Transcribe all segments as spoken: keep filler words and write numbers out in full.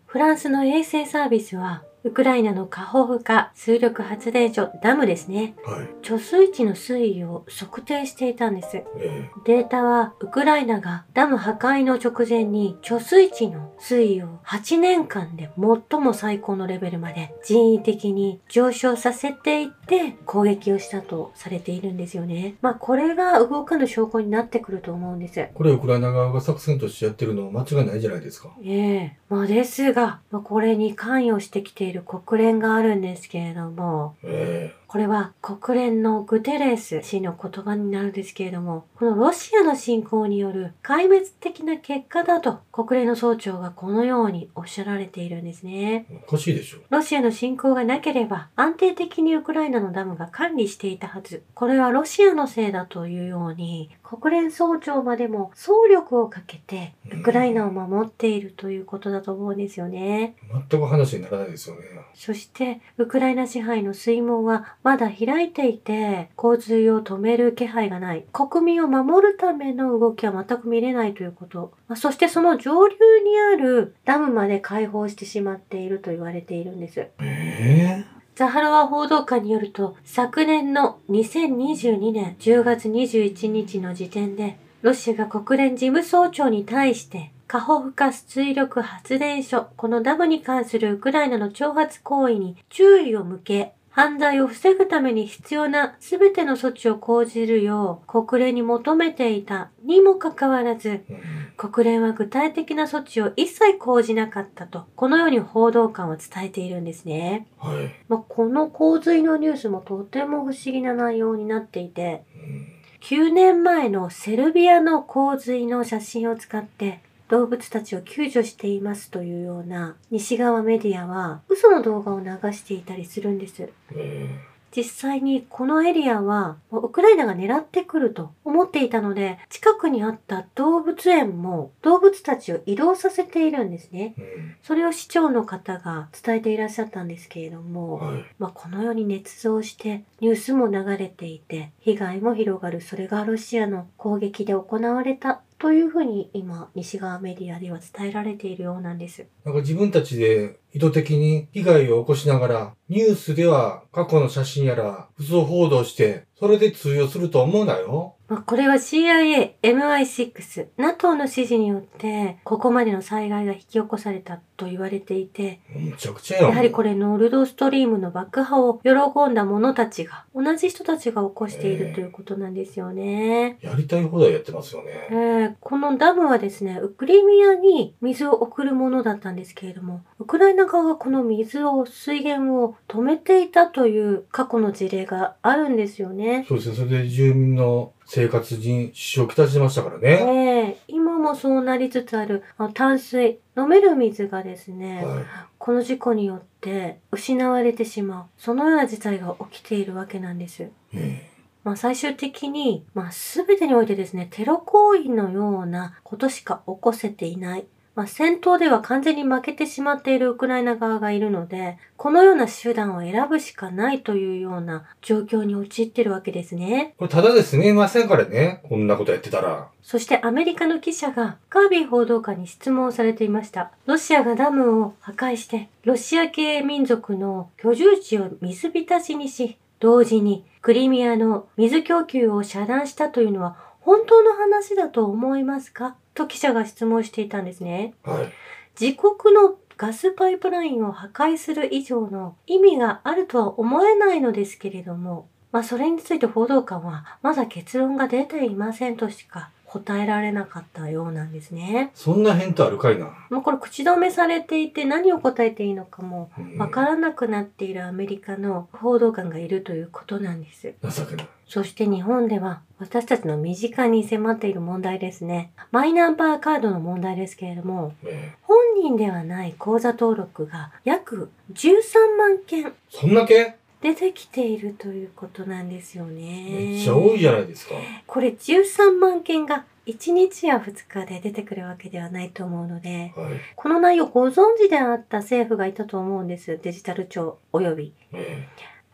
フランスの衛星サービスは、ウクライナのカホフカ水力発電所ダムですね。 はい。 貯水池の水位を測定していたんです。 えデータはウクライナがダム破壊の直前に貯水池の水位をはちねんかんで最も最高のレベルまで人為的に上昇させていって攻撃をしたとされているんですよね。まあこれが動かぬ証拠になってくると思うんです。 これウクライナ側が作戦としてやってるの間違いないじゃないですか。 ええまあですが、まあ、これに関与してきている国連があるんですけれども、 えこれは国連のグテレス氏の言葉になるんですけれども、このロシアの侵攻による壊滅的な結果だと国連の総長がこのようにおっしゃられているんですね。 えおかしいでしょ。 ロシアの侵攻がなければ安定的にウクライナのダムが管理していたはず。これはロシアのせいだというように、国連総長までも総力をかけてウクライナを守っているということだと思うんですよね。 全く話にならないですよね。 そして、ウクライナ支配の水門はまだ開いていて、洪水を止める気配がない。国民を守るための動きは全く見れないということ。そしてその上流にあるダムまで開放してしまっていると言われているんです。 ええザハロワ報道官によると、昨年のにせんにじゅうにねんじゅうがつにじゅういちにちの時点で、ロシアが国連事務総長に対して、カホフカ水力発電所、このダムに関するウクライナの挑発行為に注意を向け、犯罪を防ぐために必要なすべての措置を講じるよう国連に求めていたにもかかわらず、 うん国連は具体的な措置を一切講じなかったと、このように報道官は伝えているんですね。 はい。 まあ、この洪水のニュースもとても不思議な内容になっていて、 うんきゅうねんまえのセルビアの洪水の写真を使って動物たちを救助していますというような西側メディアは嘘の動画を流していたりするんです。 え実際にこのエリアはウクライナが狙ってくると思っていたので、近くにあった動物園も動物たちを移動させているんですね。 えうんそれを市長の方が伝えていらっしゃったんですけれども、 はい。 まあ、このように捏造してニュースも流れていて被害も広がる、それがロシアの攻撃で行われたというふうに今西側メディアでは伝えられているようなんです。 なんか自分たちで意図的に被害を起こしながら、ニュースでは過去の写真やら、嘘報道して、それで通用すると思うなよ。 まあ、これは シーアイエー、エムアイシックス、ナトー の指示によってここまでの災害が引き起こされたと言われていて、 むちゃくちゃやん。 やはりこれノルドストリームの爆破を喜んだ者たちが、同じ人たちが起こしているということなんですよね。 やりたい放題やってますよえね。 ー、このダムはですね、クリミアに水を送るものだったんですけれども、ウクライナ側がこの水を、水源を止めていたという過去の事例があるんですよね。 そうですね。それで住民の生活に支障をきたしましたからね。 ええ今もそうなりつつあるあ淡水、飲める水がですね、 はい。 この事故によって失われてしまう、そのような事態が起きているわけなんです。 えまあ最終的に、まあ全てにおいてですね、テロ行為のようなことしか起こせていない。まあ戦闘では完全に負けてしまっているウクライナ側がいるので、このような手段を選ぶしかないというような状況に陥っているわけですね。 これただで済みませんからね。こんなことやってたら。 そしてアメリカの記者がカービー報道官に質問をされていました。ロシアがダムを破壊して、ロシア系民族の居住地を水浸しにし、同時にクリミアの水供給を遮断したというのは本当の話だと思いますかと記者が質問していたんですね。 はい。 自国のガスパイプラインを破壊する以上の意味があるとは思えないのですけれども、まあそれについて報道官はまだ結論が出ていませんとしか答えられなかったようなんですね。 そんな返答あるかいな。 もうこれ口止めされていて何を答えていいのかもうんわからなくなっているアメリカの報道官がいるということなんです。 情けない。 そして日本では私たちの身近に迫っている問題ですね。マイナンバーカードの問題ですけれども、 え本人ではない口座登録が約じゅうさんまんけんそんだけ出てきているということなんですよね。 めっちゃ多いじゃないですか。 これじゅうさんまんけんがいちにちやふつかで出てくるわけではないと思うので、 はい。 この内容ご存知であった政府がいたと思うんです。デジタル庁および。 え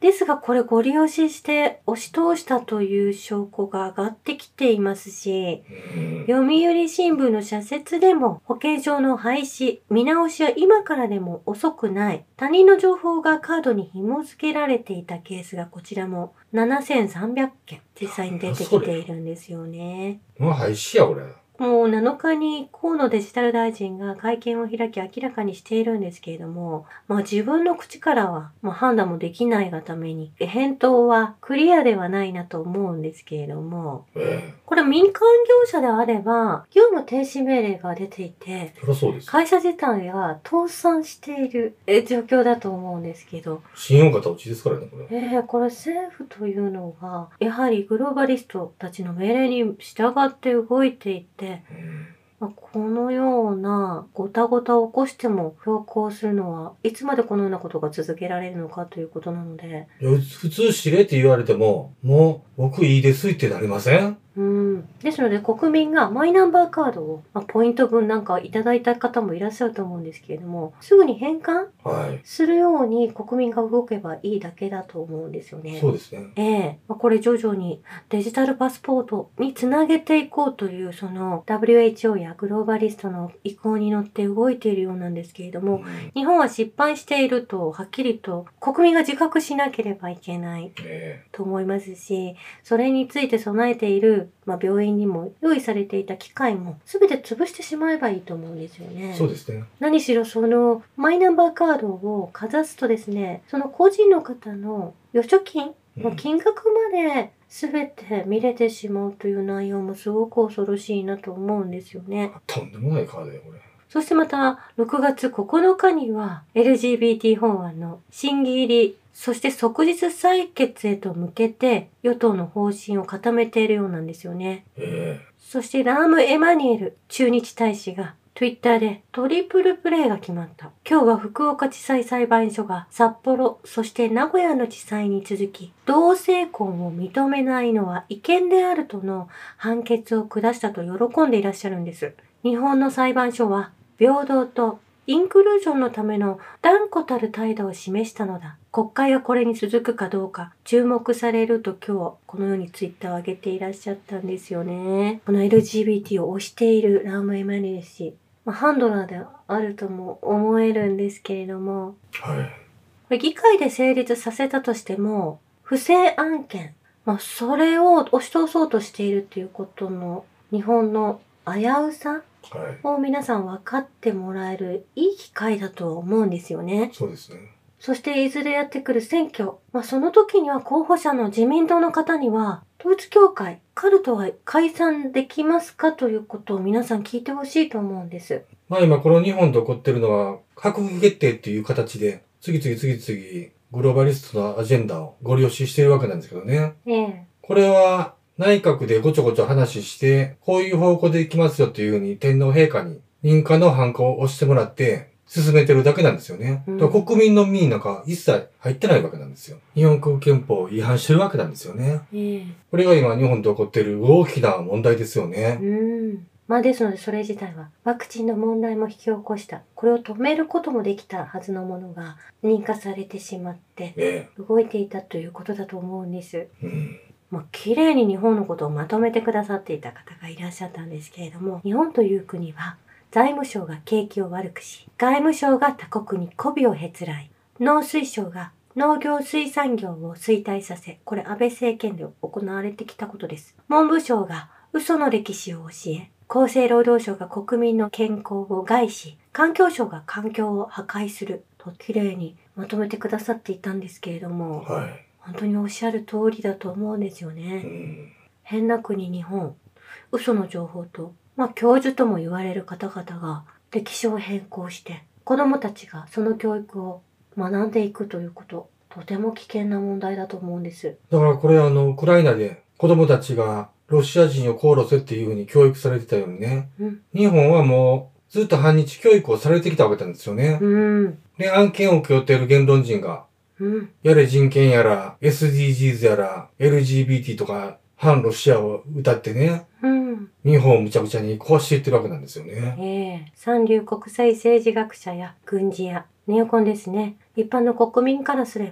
ですがこれご利用しして押し通したという証拠が上がってきていますし、読売新聞の社説でも保険証の廃止、見直しは今からでも遅くない。他人の情報がカードに紐付けられていたケースがこちらもななせんさんびゃくけん実際に出てきているんですよね。 もう廃止や、これ。 もうなのかに河野デジタル大臣が会見を開き明らかにしているんですけれども、まあ自分の口からは、まあ、判断もできないがために、返答はクリアではないなと思うんですけれども、 えこれ民間業者であれば、業務停止命令が出ていて、 え、そりゃそうです。 会社自体が倒産しているえ状況だと思うんですけど、 信用型落ちですからね、これ。 えー、これ政府というのが、やはりグローバリストたちの命令に従って動いていて、 うんまあ、このようなごたごたを起こしても強行するのはいつまでこのようなことが続けられるのかということなので、 いや普通知れって言われても、もう僕いいですってなりません？ うん。ですので国民がマイナンバーカードを、まあ、ポイント分なんかいただいた方もいらっしゃると思うんですけれども、すぐに返還はい。 するように国民が動けばいいだけだと思うんですよね。 そうですね。 ええまあ、これ徐々にデジタルパスポートにつなげていこうというその ダブリューエイチオー やグローバリストの意向に乗って動いているようなんですけれども、 うん日本は失敗しているとはっきりと国民が自覚しなければいけないえと思いますし、それについて備えている、まあ、病院にも用意されていた機械も全て潰してしまえばいいと思うんですよね。 えそうですね。 何しろそのマイナンバーカードをかざすとですね、その個人の方の預貯金の金額まで全て見れてしまうという内容もすごく恐ろしいなと思うんですよね。 とんでもないカードや、これ。 そしてまたろくがつここのかには エルジービーティー 法案の審議入り、そして即日採決へと向けて与党の方針を固めているようなんですよね。 えそしてラーム・エマニュエル駐日大使がTwitter でトリプルプレイが決まった。今日は福岡地裁裁判所が札幌、そして名古屋の地裁に続き、同性婚を認めないのは違憲であるとの判決を下したと喜んでいらっしゃるんです。日本の裁判所は平等とインクルージョンのための断固たる態度を示したのだ。国会がこれに続くかどうか注目されると今日このようにツイッターを上げていらっしゃったんですよね。この エルジービーティー を推しているラーム・エマニュエル氏。まあ、ハンドラーであるとも思えるんですけれども、 えはい。 これ議会で成立させたとしても、不正案件、まあ、それを押し通そうとしているということの日本の危うさはい。 を皆さん分かってもらえるいい機会だと思うんですよね。 そうですね。 そしていずれやってくる選挙。まあ、その時には候補者の自民党の方には、統一教会、カルトは解散できますかということを皆さん聞いてほしいと思うんです。 まあ今この日本で起こってるのは、閣議決定っていう形で、次々次々グローバリストのアジェンダをご利用ししてるわけなんですけどね。 ええ。 これは内閣でごちょごちょ話して、こういう方向で行きますよっていうふうに天皇陛下に認可のハンコを押してもらって、進めてるだけなんですよね。 うんだから国民の民なんか一切入ってないわけなんですよ。日本国憲法を違反してるわけなんですよね。 ええ。 これが今日本で起こっている大きな問題ですよね。 うん。まあですのでそれ自体はワクチンの問題も引き起こした。これを止めることもできたはずのものが認可されてしまってえ動いていたということだと思うんです。 え。うん。 まあ綺麗に日本のことをまとめてくださっていた方がいらっしゃったんですけれども、日本という国は財務省が景気を悪くし、外務省が他国に媚びをへつらい、農水省が農業水産業を衰退させ、これ安倍政権で行われてきたことです。文部省が嘘の歴史を教え、厚生労働省が国民の健康を害し、環境省が環境を破壊すると綺麗にまとめてくださっていたんですけれども、 はい。 本当におっしゃる通りだと思うんですようね。 ん。 変な国日本、嘘の情報と、まあ教授とも言われる方々が歴史を変更して、子供たちがその教育を学んでいくということ、とても危険な問題だと思うんです。 だからこれあの、ウクライナで子供たちがロシア人を殺せっていうふうに教育されてたようにね。 うん。 日本はもうずっと反日教育をされてきたわけなんですよね。 うん。 で、案件を請け負っている言論人が、 うん。 やれ人権やら、エスディージーズ やら、エルジービーティー とか、反ロシアを歌ってね、 うん。 日本をむちゃくちゃに壊していってるわけなんですよね。 ええ三流国際政治学者や軍事やネオコンですね。一般の国民からすれば、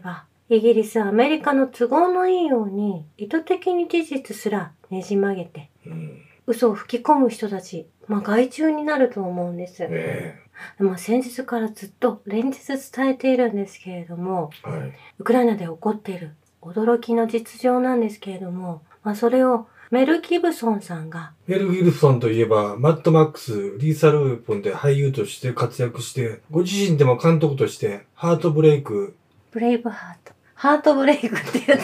イギリス、アメリカの都合のいいように意図的に事実すらねじ曲げて、 うん、 嘘を吹き込む人たち、まあ害虫になると思うんです。 えまあ先日からずっと連日伝えているんですけれども、 え、はい。 ウクライナで起こっている驚きの実情なんですけれども、まあそれをメル・ギブソンさんが、 メル・ギブソンといえば、マッドマックス、リーサル・ウェポンで俳優として活躍して、ご自身でも監督として、ハートブレイク、 ブレイブハート、ハートブレイクってやつ。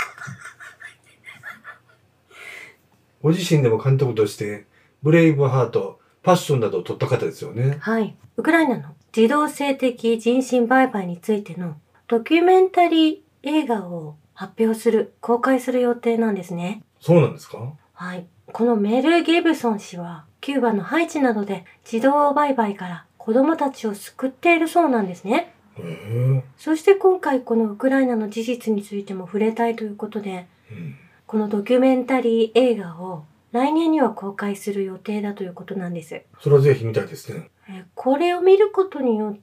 ご自身でも監督として、ブレイブハート、パッションなどを撮った方ですよね。 はい。ウクライナの児童性的人身売買についてのドキュメンタリー映画を発表する、公開する予定なんですね。 そうなんですか？ はい。このメル・ギブソン氏は、キューバのハイチなどで児童売買から子供たちを救っているそうなんですね。 へえ。 そして今回このウクライナの事実についても触れたいということで、 うん、 このドキュメンタリー映画を来年には公開する予定だということなんです。 それはぜひ見たいですね。 えこれを見ることによって、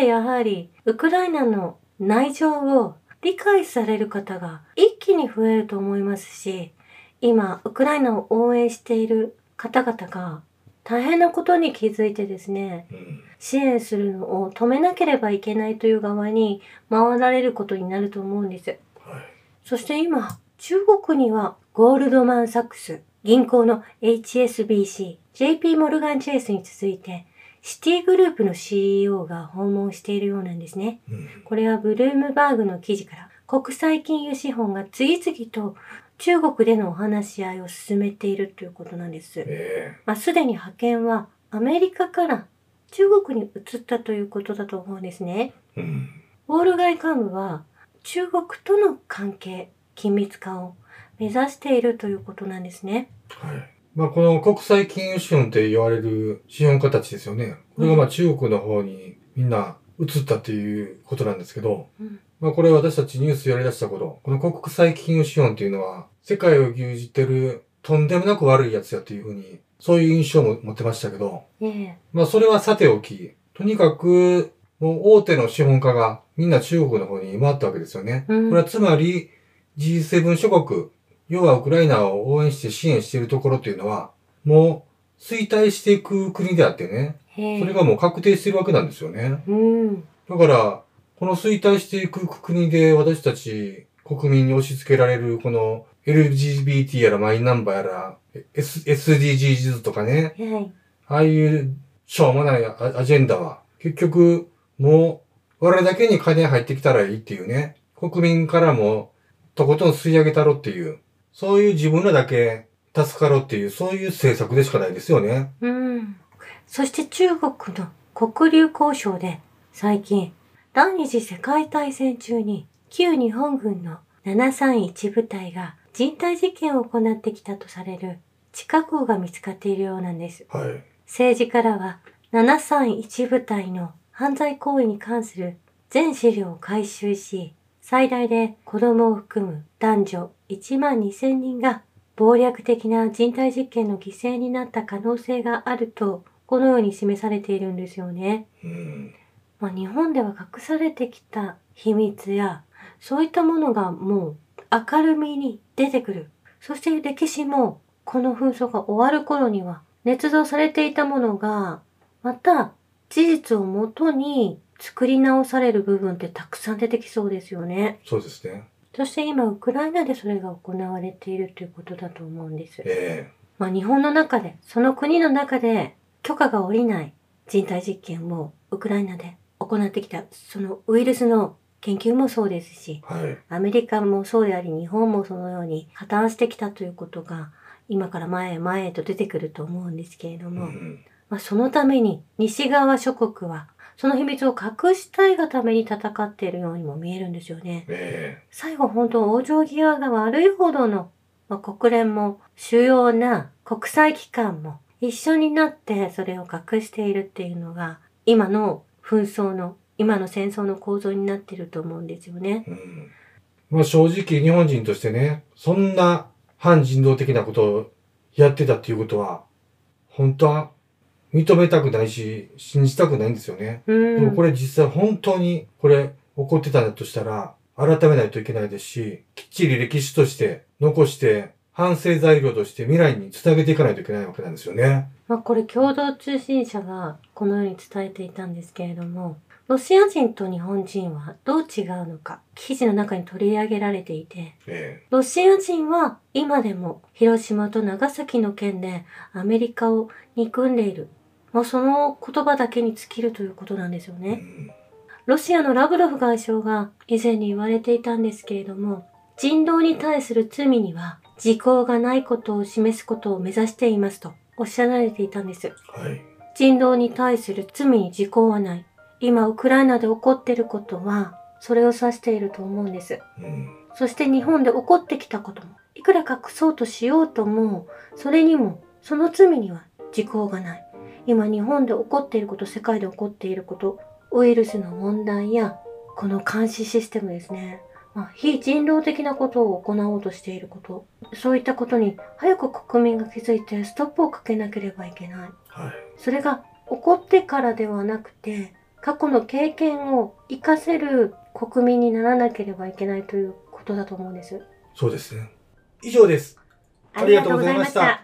やはりウクライナの内情を理解される方が一気に増えると思いますし、今、ウクライナを応援している方々が大変なことに気づいてですね、 うん、 支援するのを止めなければいけないという側に回られることになると思うんです。 はい。 そして今、中国にはゴールドマン・サックス、銀行の エイチエスビーシー、ジェイピー モルガン・チェイスに続いて、シティグループの シーイーオー が訪問しているようなんですね。 うん、 これはブルームバーグの記事から、国際金融資本が次々と中国でのお話し合いを進めているということなんです。 えまあ、すでに派遣はアメリカから中国に移ったということだと思うんですね。 え、うん、 ウォール街幹部は中国との関係、緊密化を目指しているということなんですね。 はい。まあ、この国際金融資本って言われる資本家たちですよね。これがまあ中国の方にみんな移ったっていうことなんですけど、 うん、 まあこれ私たちニュースやり出した頃、この国際金融資本っていうのは世界を牛耳ってるとんでもなく悪いやつやっていうふうに、そういう印象も持ってましたけど、 ええ、 まあそれはさておき、とにかくもう大手の資本家がみんな中国の方に回ったわけですよね。 うん、 これはつまり ジーセブン 諸国、要はウクライナを応援して支援しているところっていうのは、もう衰退していく国であってね、 へえ、 それがもう確定しているわけなんですよね。 うん、 だから、この衰退していく国で私たち国民に押し付けられるこの エルジービーティー やらマイナンバーやら S、エスディージーズ とかね、 はい、 ああいうしょうもないアアジェンダは結局もう我々だけに金入ってきたらいいっていうね、国民からもとことん吸い上げたろっていう、そういう自分らだけ助かろうっていう、そういう政策でしかないですよね。 うん。そして中国の黒竜江省で最近、第二次世界大戦中に旧日本軍のななさんいち部隊が人体実験を行ってきたとされる地下壕が見つかっているようなんです。 はい。 政治からはななさんいち部隊の犯罪行為に関する全資料を回収し、最大で子供を含む男女いちまんにせんにんが暴略的な人体実験の犠牲になった可能性があると、このように示されているんですよね。 うん、 まあ、日本では隠されてきた秘密や、そういったものがもう明るみに出てくる。そして歴史もこの紛争が終わる頃には捏造されていたものが、また事実をもとに作り直される部分ってたくさん出てきそうですよね。 そうですね。 そして今ウクライナでそれが行われているということだと思うんです。 えまあ日本の中で、その国の中で許可が下りない人体実験をウクライナで行ってきた、そのウイルスの研究もそうですし、 え、はい。 アメリカもそうであり、日本もそのように破綻してきたということが、今から前へ前へと出てくると思うんですけれども、 うん、 まあ、そのために西側諸国は、その秘密を隠したいがために戦っているようにも見えるんですよね。 え最後本当往生際が悪いほどの、まあ、国連も主要な国際機関も一緒になってそれを隠しているっていうのが、今の紛争の、今の戦争の構造になっていると思うんですよね。 え、うん。まあ正直日本人としてね、そんな反人道的なことをやってたっていうことは、本当は認めたくないし、信じたくないんですよね。 うん。 でもこれ実際本当にこれ起こってたんだとしたら、 改めないといけないですし、きっちり歴史として残して、反省材料として未来につなげていかないといけないわけなんですよね。 まあこれ共同通信社がこのように伝えていたんですけれども、ロシア人と日本人はどう違うのか、記事の中に取り上げられていて、 ええ、 ロシア人は今でも広島と長崎の件でアメリカを憎んでいる。もうその言葉だけに尽きるということなんですよね。 うん、 ロシアのラブロフ外相が以前に言われていたんですけれども、人道に対する罪には時効がないことを示すことを目指していますとおっしゃられていたんです。 はい。 人道に対する罪に時効はない。今、ウクライナで起こっていることは、それを指していると思うんです。 うん、 そして日本で起こってきたことも、いくら隠そうとしようとも、それにも、その罪には時効がない。今、日本で起こっていること、世界で起こっていること、ウイルスの問題や、この監視システムですね。まあ、非人道的なことを行おうとしていること、そういったことに早く国民が気づいてストップをかけなければいけない。 はい。 それが起こってからではなくて、過去の経験を活かせる国民にならなければいけないということだと思うんです。 そうですね。以上です。 ありがとうございました。